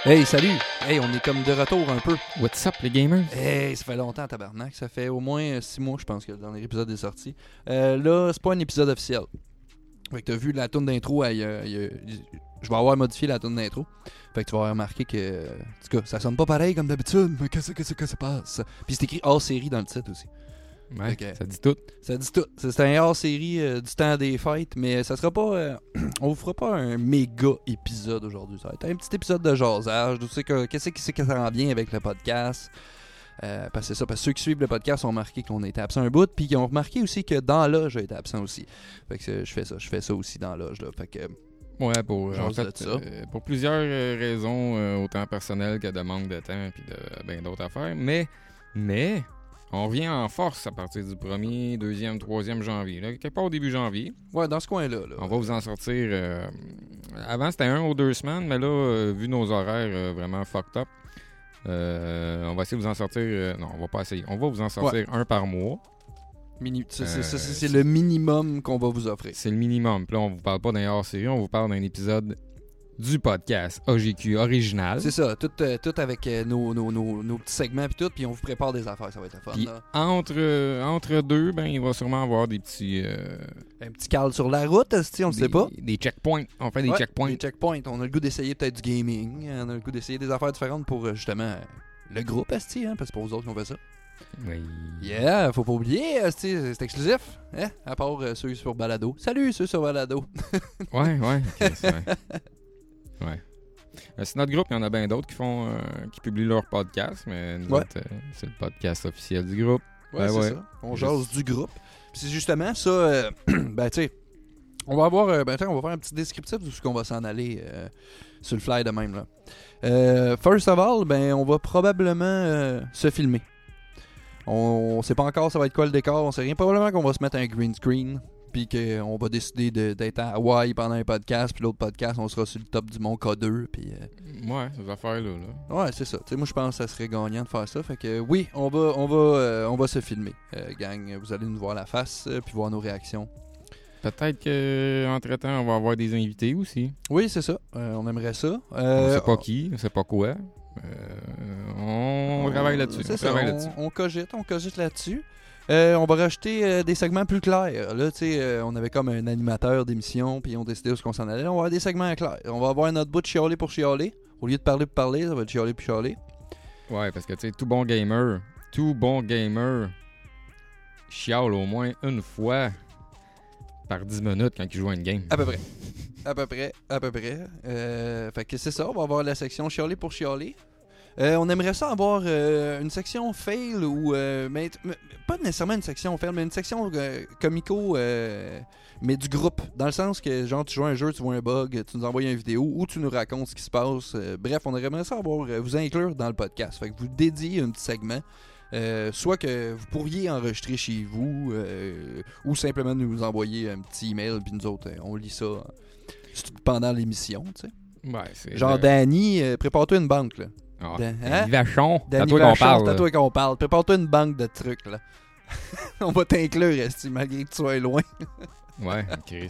Hey, salut! Hey, on est comme de retour un peu. What's up, les gamers? Hey, ça fait longtemps, tabarnak. Ça fait au moins 6 mois, je pense, que le dernier épisode est sorti. Là, c'est pas un épisode officiel. Fait que t'as vu la toune d'intro, je vais avoir modifié la toune d'intro. Fait que tu vas remarquer que, en tout cas, ça sonne pas pareil comme d'habitude, mais qu'est-ce que ça passe? Puis c'est écrit hors série dans le titre aussi. Ouais, Okay. ça dit tout. Ça dit tout. C'est un hors-série du temps des fêtes, mais ça sera pas... on vous fera pas un méga épisode aujourd'hui. Ça va être un petit épisode de jasage. Tu sais qu'est-ce qui s'en vient avec le podcast. Parce que c'est ça, parce que ceux qui suivent le podcast ont remarqué qu'on était absent un bout, puis ils ont remarqué aussi que dans l'âge, j'ai été absent aussi. Fait que je fais ça aussi dans l'âge, là. Fait que... Ouais, pour plusieurs raisons, autant personnelles que de manque de temps, puis de bien d'autres affaires. Mais... on revient en force à partir du 1er, 2e, 3e janvier. Là, quelque part au début janvier. Ouais, dans ce coin-là. Là. On va vous en sortir... avant, c'était 1 ou 2 semaines, mais là, vu nos horaires vraiment fucked up, on va essayer de vous en sortir... non, on va pas essayer. On va vous en sortir un par mois. C'est le minimum qu'on va vous offrir. C'est le minimum. Puis là, on vous parle pas d'un hors-série, on vous parle d'un épisode du podcast AGQ original. C'est ça, tout avec nos petits segments puis tout, puis on vous prépare des affaires, ça va être fun. Puis là. entre deux, ben il va sûrement avoir des petits... un petit call sur la route, on le sait pas. Des checkpoints, on fait des checkpoints. Des checkpoints, on a le goût d'essayer peut-être du gaming, on a le goût d'essayer des affaires différentes pour justement le groupe, parce que c'est pas aux autres qu'on fait ça. Oui. Yeah, faut pas oublier, c'est exclusif, hein? À part ceux sur Balado. Salut ceux sur Balado. Ouais. Ouais. C'est notre groupe, il y en a bien d'autres qui publient leur podcast, mais nous autres, c'est le podcast officiel du groupe. Ouais, c'est ça. On jase du groupe. Puis c'est justement ça, ben tu sais, on va avoir, on va faire un petit descriptif de ce qu'on va s'en aller sur le fly de même là. First of all, ben on va probablement se filmer. On sait pas encore ça va être quoi le décor, on sait rien. Probablement qu'on va se mettre un green screen. Puis qu'on va décider d'être à Hawaï pendant un podcast, puis l'autre podcast, on sera sur le top du Mont K2. Puis, ouais, ces affaires-là. Ouais, c'est ça. T'sais, moi, je pense que ça serait gagnant de faire ça. Fait que oui, on va se filmer. Gang, vous allez nous voir la face, puis voir nos réactions. Peut-être qu'entre-temps, on va avoir des invités aussi. Oui, c'est ça. On aimerait ça. On sait pas qui, on sait pas quoi. On travaille là-dessus. On cogite là-dessus. On va rajouter des segments plus clairs. Là, on avait comme un animateur d'émission, puis on décidait où on s'en allait. On va avoir des segments clairs. On va avoir notre bout de chialer pour chialer. Au lieu de parler pour parler, ça va être chialer pour chialer. Ouais, parce que tu sais, tout bon gamer chiale au moins une fois par 10 minutes quand il joue à une game. À peu près. Fait que c'est ça, on va avoir la section chialer pour chialer. On aimerait ça avoir une section fail ou mais pas nécessairement une section fail, mais une section comico mais du groupe, dans le sens que genre tu joues un jeu, tu vois un bug, tu nous envoies une vidéo ou tu nous racontes ce qui se passe. Bref, on aimerait ça avoir vous inclure dans le podcast. Fait que vous dédiez un petit segment. Soit que vous pourriez enregistrer chez vous ou simplement nous envoyer un petit email puis nous autres on lit ça pendant l'émission, tu sais. Ouais, c'est genre Danny, prépare-toi une banque là. Oh, Danny Vachon, c'est à toi qu'on parle. Prépare-toi une banque de trucs, là. On va t'inclure, malgré que tu sois loin. Ouais, Chris.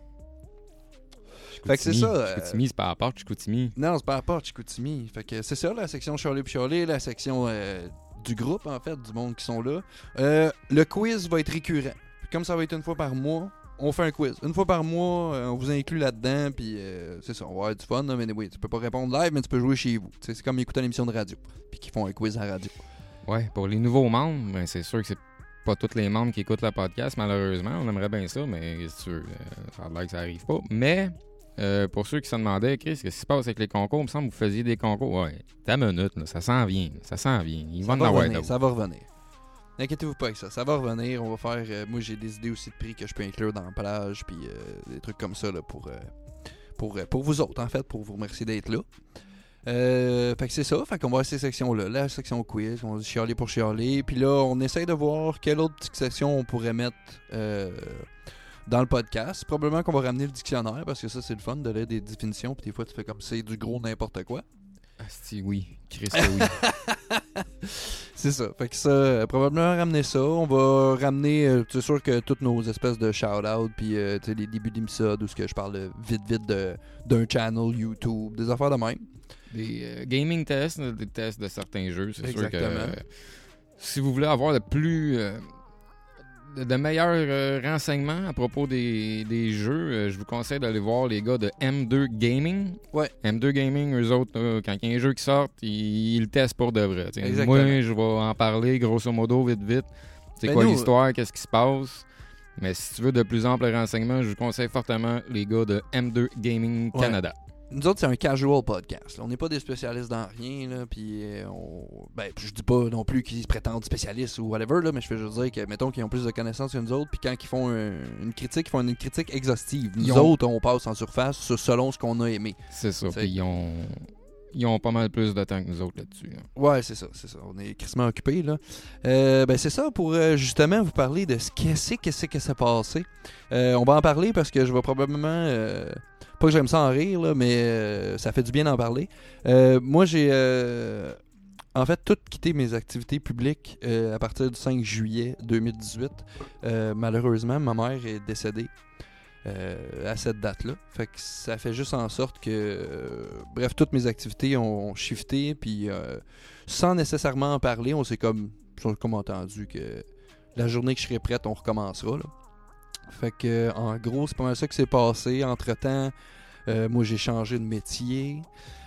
Fait que c'est ça. Chicoutimi, c'est pas à part Chicoutimi. Non, c'est pas à part Chicoutimi. Fait que c'est ça, la section Chialer puis Chialer, la section du groupe, en fait, du monde qui sont là. Le quiz va être récurrent. Puis comme ça va être une fois par mois, on fait un quiz. Une fois par mois, on vous inclut là-dedans, puis c'est ça, on va avoir du fun, mais oui, tu peux pas répondre live, mais tu peux jouer chez vous. T'sais, c'est comme écouter une émission de radio, puis qu'ils font un quiz à la radio. Ouais, pour les nouveaux membres, ben, c'est sûr que c'est pas tous les membres qui écoutent le podcast, malheureusement. On aimerait bien ça, mais c'est sûr, ça a l'air que ça arrive pas. Mais, pour ceux qui se demandaient, Chris, qu'est-ce qui se passe avec les concours? Il me semble que vous faisiez des concours. Ouais, t'as une minute, là, ça s'en vient. Il va en avoir d'autres. Ça va revenir. N'inquiétez-vous pas avec ça va revenir. On va faire. Moi, j'ai des idées aussi de prix que je peux inclure dans la plage, puis des trucs comme ça là, pour vous autres, en fait, pour vous remercier d'être là. Fait que c'est ça. Fait qu'on va avoir ces sections-là. La section quiz, on va chialer pour chialer. Puis là, on essaye de voir quelle autre petite section on pourrait mettre dans le podcast. Probablement qu'on va ramener le dictionnaire, parce que ça, c'est le fun de lire des définitions. Puis des fois, tu fais comme c'est du gros n'importe quoi. Asti, oui. Chris, oui. C'est ça. Fait que ça, probablement ramener ça. On va ramener, c'est sûr que toutes nos espèces de shout-out, puis les débuts d'épisode, où ce que je parle vite d'un channel YouTube, des affaires de même. des gaming tests, des tests de certains jeux. C'est sûr que Exactement. si vous voulez avoir de meilleurs renseignements à propos des jeux, je vous conseille d'aller voir les gars de M2 Gaming. Ouais. M2 Gaming, eux autres, quand il y a un jeu qui sort, ils le testent pour de vrai. T'sais, Exactement. moi, je vais en parler grosso modo, vite. C'est Ben quoi nous, l'histoire, qu'est-ce qui se passe. Mais si tu veux de plus amples renseignements, je vous conseille fortement les gars de M2 Gaming Ouais. Canada. Nous autres, c'est un casual podcast. Là. On n'est pas des spécialistes dans rien. Là, puis je dis pas non plus qu'ils se prétendent spécialistes ou whatever, là, mais je fais juste dire que, mettons, qu'ils ont plus de connaissances que nous autres. Puis quand ils font une critique, ils font une critique exhaustive. Nous autres, on passe en surface selon ce qu'on a aimé. C'est ça. C'est- Puis ils ont pas mal plus de temps que nous autres là-dessus. Là. Ouais, c'est ça. On est crissement occupés, là. C'est ça pour justement vous parler de ce qui s'est passé. On va en parler parce que je vais probablement... pas que j'aime ça en rire, là, mais ça fait du bien d'en parler. Moi, j'ai en fait tout quitté mes activités publiques à partir du 5 juillet 2018. Malheureusement, ma mère est décédée à cette date-là. Fait que ça fait juste en sorte que, bref, toutes mes activités ont shifté, puis sans nécessairement en parler, on s'est comme entendu que la journée que je serai prête, on recommencera, là. Fait que, en gros, c'est pas mal ça qui s'est passé. Entre-temps, moi, j'ai changé de métier.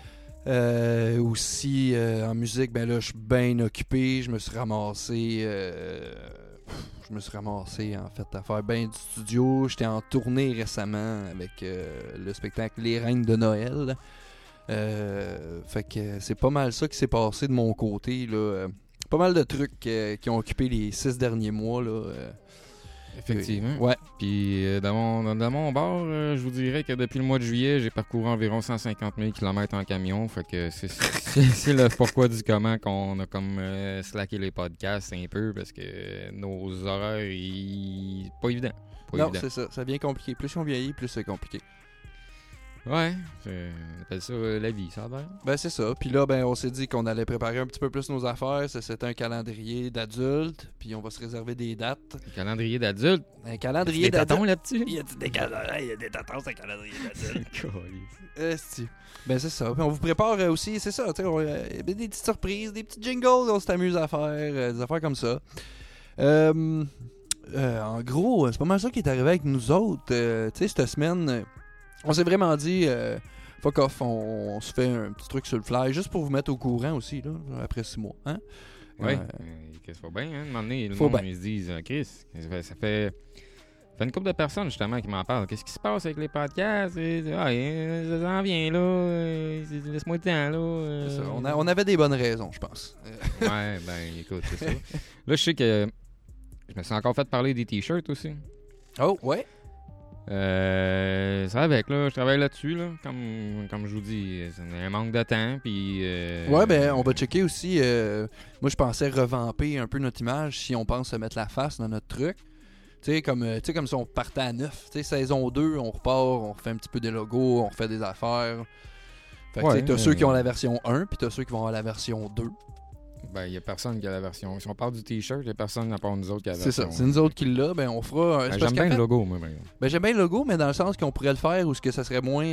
Aussi, en musique, ben là, je suis bien occupé. Je me suis ramassé, en fait, à faire bien du studio. J'étais en tournée récemment avec le spectacle Les Reines de Noël. Fait que c'est pas mal ça qui s'est passé de mon côté, là. Pas mal de trucs qui ont occupé les 6 derniers mois, là. Effectivement. Ouais. Puis dans mon bar, je vous dirais que depuis le mois de juillet, j'ai parcouru environ 150 000 km en camion. Fait que c'est le pourquoi du comment qu'on a comme slacké les podcasts un peu parce que nos horaires, pas évident. Non, c'est ça. Ça devient compliqué. Plus on vieillit, plus c'est compliqué. Ouais, on appelle ça la vie, ça va. Ben c'est ça. Puis là, ben on s'est dit qu'on allait préparer un petit peu plus nos affaires. C'était un calendrier d'adulte. Puis on va se réserver des dates. Le calendrier d'adulte. Un calendrier Des tatons d'adulte. là-dessus. Il y a des calendriers, il y a des tatons, c'est un calendrier d'adulte. Calice. Ben c'est ça. Puis on vous prépare aussi, c'est ça. Tu sais, des petites surprises, des petits jingles, on s'amuse à faire, des affaires comme ça. En gros, c'est pas mal ça qui est arrivé avec nous autres. Tu sais, cette semaine, on s'est vraiment dit, fuck off, on se fait un petit truc sur le fly, juste pour vous mettre au courant aussi, là, après 6 mois. Hein? Ouais, qu'est-ce qu'il faut bien, hein? À un moment donné, le Faut monde, bien. ils se disent, Chris, ça fait une couple de personnes, justement, qui m'en parlent. Qu'est-ce qui se passe avec les podcasts? Ça s'en vient, là. Laisse-moi le temps, là. C'est ça. On avait des bonnes raisons, je pense. Ouais, écoute, c'est ça. Là, je sais que je me suis encore fait parler des t-shirts aussi. Oh, ouais. Ça avec, là, je travaille là-dessus, là. Comme je vous dis, c'est un manque de temps, puis... Ouais, ben, on va checker aussi. Moi, je pensais revamper un peu notre image si on pense se mettre la face dans notre truc. Tu sais, comme si on partait à 9. Tu sais, saison 2, on repart, on refait un petit peu des logos, on refait des affaires. Fait que, tu sais, t'as ceux qui ont la version 1, puis t'as ceux qui vont avoir la version 2. Ben, il y a personne qui a la version. Si on parle du t-shirt, il y a personne à part nous autres qui a la C'est version. ça, c'est nous autres qui l'a. Ben, on fera. Ben, j'aime bien le logo, moi, par exemple. Ben, j'aime bien le logo, mais dans le sens qu'on pourrait le faire ou ce que ça serait moins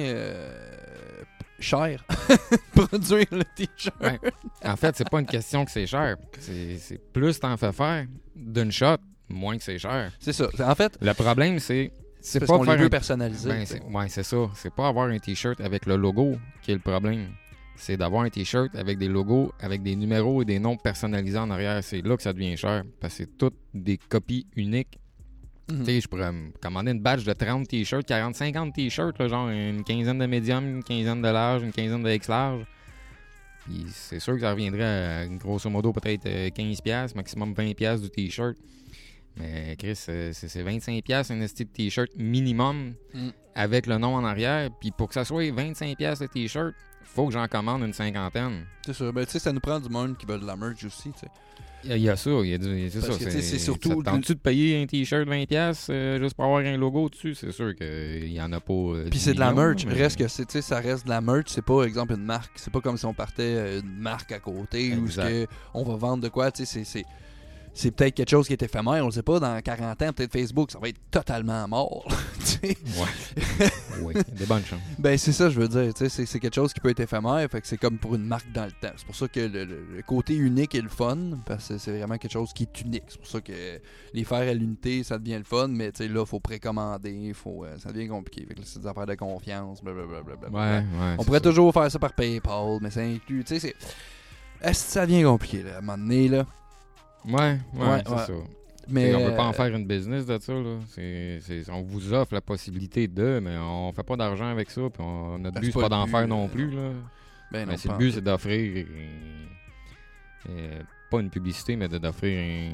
cher produire le t-shirt. Ouais. En fait, c'est pas une question que c'est cher. C'est plus t'en fais faire d'une shot, moins que c'est cher. C'est ça. En fait, Le problème, c'est parce pas qu'on faire les veut un... personnaliser. Ben, c'est ça. C'est pas avoir un t-shirt avec le logo qui est le problème. C'est d'avoir un t-shirt avec des logos, avec des numéros et des noms personnalisés en arrière. C'est là que ça devient cher. Parce que c'est toutes des copies uniques. Mhm. Tu sais, je pourrais me commander une batch de 30 t-shirts, 40, 50 t-shirts, là, genre une quinzaine de médium, une quinzaine de large, une quinzaine de X large. Puis c'est sûr que ça reviendrait à grosso modo peut-être 15$, maximum 20$ du t-shirt. Mais Chris, c'est 25$ un esti de t-shirt minimum avec le nom en arrière. Puis pour que ça soit 25$ le t-shirt, faut que j'en commande une cinquantaine. C'est sûr. Ben, tu sais, ça nous prend du monde qui veut de la merch aussi, tu sais. Il y a ça, c'est Parce ça. que, tu sais, c'est surtout... Ça te tente-tu de payer un t-shirt 20$ juste pour avoir un logo dessus? C'est sûr qu'il y en a pas. Puis c'est de la merch. mais... Reste que ça reste de la merch. C'est pas, exemple, une marque. C'est pas comme si on partait une marque à côté ou ce Exact. que on va vendre de quoi. Tu sais, c'est peut-être quelque chose qui est éphémère, on le sait pas, dans 40 ans, peut-être Facebook, ça va être totalement mort. Tu sais. Ouais. Oui, il y a des bonnes chances. Ben, c'est ça, je veux dire. Tu sais, c'est quelque chose qui peut être éphémère, fait que c'est comme pour une marque dans le temps. C'est pour ça que le côté unique est le fun, parce que c'est vraiment quelque chose qui est unique. C'est pour ça que les faire à l'unité, ça devient le fun, mais tu sais, là, il faut précommander, ça devient compliqué. Fait que là, c'est des affaires de confiance, blablabla. Ouais, On pourrait toujours faire ça par PayPal, mais ça inclut, tu sais, c'est... Est-ce que ça devient compliqué, là, à un moment donné, là? Ouais, c'est ça. Mais on peut pas en faire une business de ça, là. On vous offre la possibilité de, mais on fait pas d'argent avec ça, puis notre but, c'est pas d'en faire non plus, là. Ben non, mais le but, c'est d'offrir... pas une publicité, mais d'offrir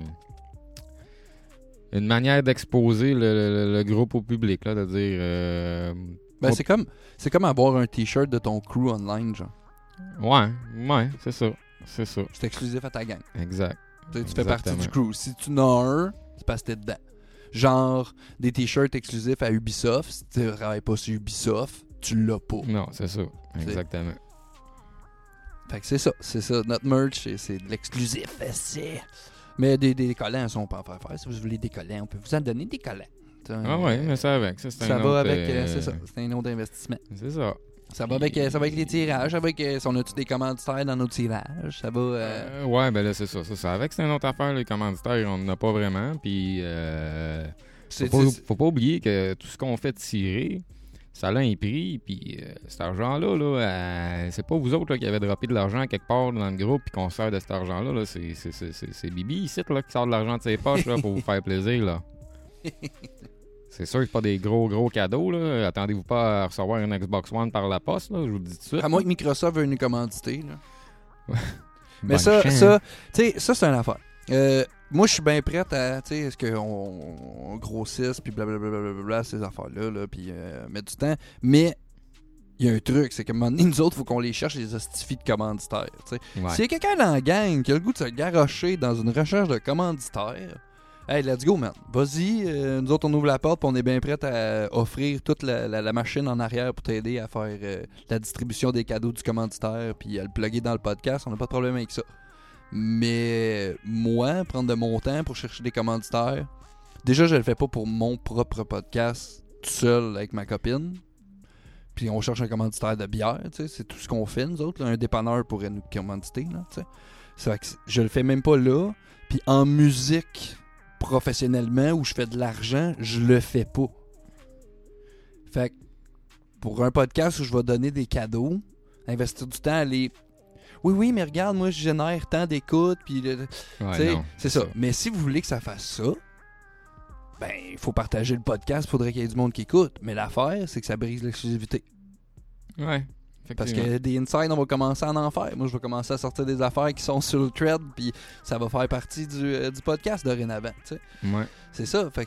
une manière d'exposer le groupe au public, là, de dire... ben, c'est comme avoir un t-shirt de ton crew online, genre. Ouais, c'est ça. C'est exclusif à ta gang. Exact. Tu fais partie du crew. Si tu en as un, c'est parce que t'es dedans. Genre, des t-shirts exclusifs à Ubisoft. Si tu travailles pas sur Ubisoft, tu l'as pas. Non, c'est ça. Exactement. Fait que c'est ça. Notre merch, c'est de l'exclusif. Mais des collants, on peut en faire. Si vous voulez des collants, on peut vous en donner des collants. Ouais, mais ça avec. Ça va autre, avec. C'est ça. C'est un autre investissement. C'est ça. Ça va avec les tirages. Si on a-tu des commanditaires dans nos tirages, ça va... ouais, ben là, c'est ça. Avec, c'est une autre affaire, les commanditaires, on n'en a pas vraiment. Puis, faut pas oublier que tout ce qu'on fait tirer, ça a un prix. Puis, cet argent-là, c'est pas vous autres là, qui avez droppé de l'argent quelque part dans le groupe puis qu'on sert de cet argent-là. Là. C'est Bibi ici là, qui sort de l'argent de ses poches là, pour vous faire plaisir. Là. C'est sûr que c'est pas des gros cadeaux, là. Attendez-vous pas à recevoir une Xbox One par la poste, là. Je vous le dis tout de suite. À moins que Microsoft veuille nous commanditer, là. Mais ça, tu sais, ça, c'est une affaire. Moi, je suis bien prête à, tu sais, est-ce qu'on grossisse, puis blablabla, ces affaires-là, là, puis mettre du temps. Mais il y a un truc, c'est qu'à un moment donné, nous autres, il faut qu'on les cherche, les hostifies de commanditaires, tu sais. Ouais. S'il y a quelqu'un dans la gang qui a le goût de se garrocher dans une recherche de commanditaires, hey, let's go, man. Vas-y, nous autres, on ouvre la porte, puis on est bien prêts à offrir toute la machine en arrière pour t'aider à faire la distribution des cadeaux du commanditaire, puis à le plugger dans le podcast. On n'a pas de problème avec ça. Mais moi, prendre de mon temps pour chercher des commanditaires, déjà, je le fais pas pour mon propre podcast tout seul avec ma copine. Puis on cherche un commanditaire de bière, tu sais, c'est tout ce qu'on fait, nous autres. Là. Un dépanneur pourrait nous commanditer, là, tu sais. C'est vrai que je le fais même pas là. Puis en musique... professionnellement où je fais de l'argent, je le fais pas. Fait que pour un podcast où je vais donner des cadeaux, investir du temps à aller... Oui, mais regarde, moi je génère tant d'écoutes, puis c'est ça. Mais si vous voulez que ça fasse ça, ben il faut partager le podcast, il faudrait qu'il y ait du monde qui écoute. Mais l'affaire, c'est que ça brise l'exclusivité. Ouais. Parce que des insides, on va commencer à en faire. Moi, je vais commencer à sortir des affaires qui sont sur le thread, puis ça va faire partie du podcast dorénavant. Tu sais. Ouais. C'est ça. Fait que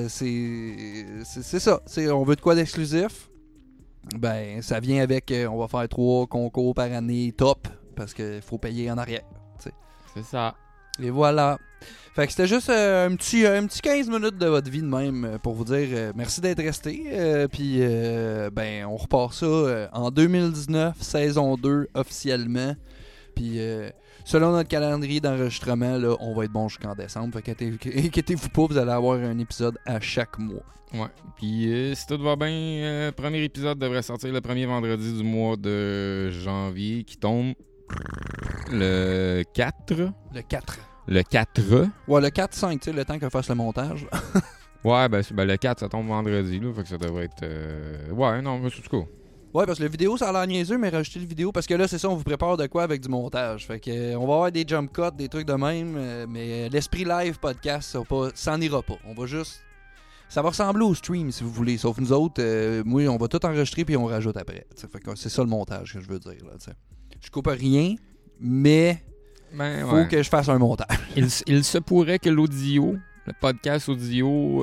c'est ça. On veut de quoi d'exclusif? Ben, ça vient avec. On va faire 3 concours par année top, parce qu'il faut payer en arrière. Tu sais. C'est ça. Et voilà. Fait que c'était juste un petit 15 minutes de votre vie de même pour vous dire merci d'être resté. Puis ben on repart ça en 2019, saison 2 officiellement. Puis selon notre calendrier d'enregistrement, là, on va être bon jusqu'en décembre. Fait qu'inquiétez-vous pas, vous allez avoir un épisode à chaque mois. Ouais. Puis si tout va bien, premier épisode devrait sortir le premier vendredi du mois de janvier qui tombe le 4. Le 4. Le 4. Ouais, le 4-5, tu sais, le temps qu'on fasse le montage. Ouais, ben le 4, ça tombe vendredi, là. Fait que ça devrait être... Ouais, non, mais c'est tout cas. Ouais, parce que la vidéo, ça a l'air niaiseux, mais rajouter le vidéo, parce que là, c'est ça, on vous prépare de quoi avec du montage. Fait que on va avoir des jump cuts, des trucs de même, mais l'esprit live podcast, ça n'ira pas. On va juste... Ça va ressembler au stream, si vous voulez, sauf nous autres, moi, on va tout enregistrer, puis on rajoute après. T'sais. Fait que c'est ça le montage que je veux dire, là, t'sais. Je coupe rien, mais... Ben, faut que je fasse un montage. Il se pourrait que l'audio, le podcast audio,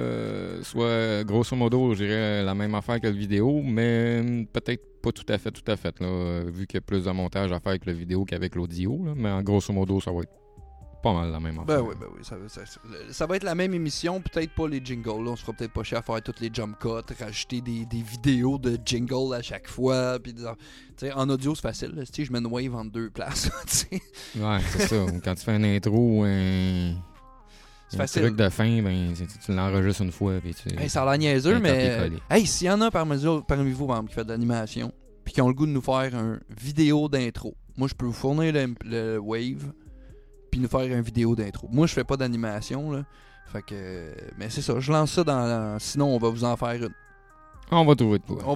soit grosso modo, je dirais, la même affaire que le vidéo, mais peut-être pas tout à fait, là, vu qu'il y a plus de montage à faire avec le vidéo qu'avec l'audio. Là, mais en grosso modo, ça va être pas mal la même affaire. Ben oui. Ça va être la même émission, peut-être pas les jingles. Là, on se fera peut-être pas chier à faire toutes les jump cuts, rajouter des vidéos de jingles à chaque fois. Puis en audio, c'est facile. Là, je mets une wave en 2 places. Ouais, c'est ça. Quand tu fais une intro ou un truc de fin, ben, tu l'enregistres une fois. Puis ça a l'air niaiseux, mais s'il y en a parmi vous par exemple, qui fait de l'animation, puis qui ont le goût de nous faire une vidéo d'intro, moi je peux vous fournir le wave, puis nous faire une vidéo d'intro. Moi je fais pas d'animation, là. Fait que. Mais c'est ça, je lance ça sinon on va vous en faire une. On va trouver de quoi.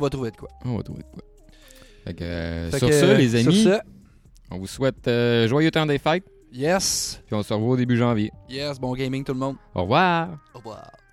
Fait que, ça, les amis, on vous souhaite joyeux temps des fêtes. Yes. Puis on se revoit au début janvier. Yes, bon gaming tout le monde. Au revoir. Au revoir.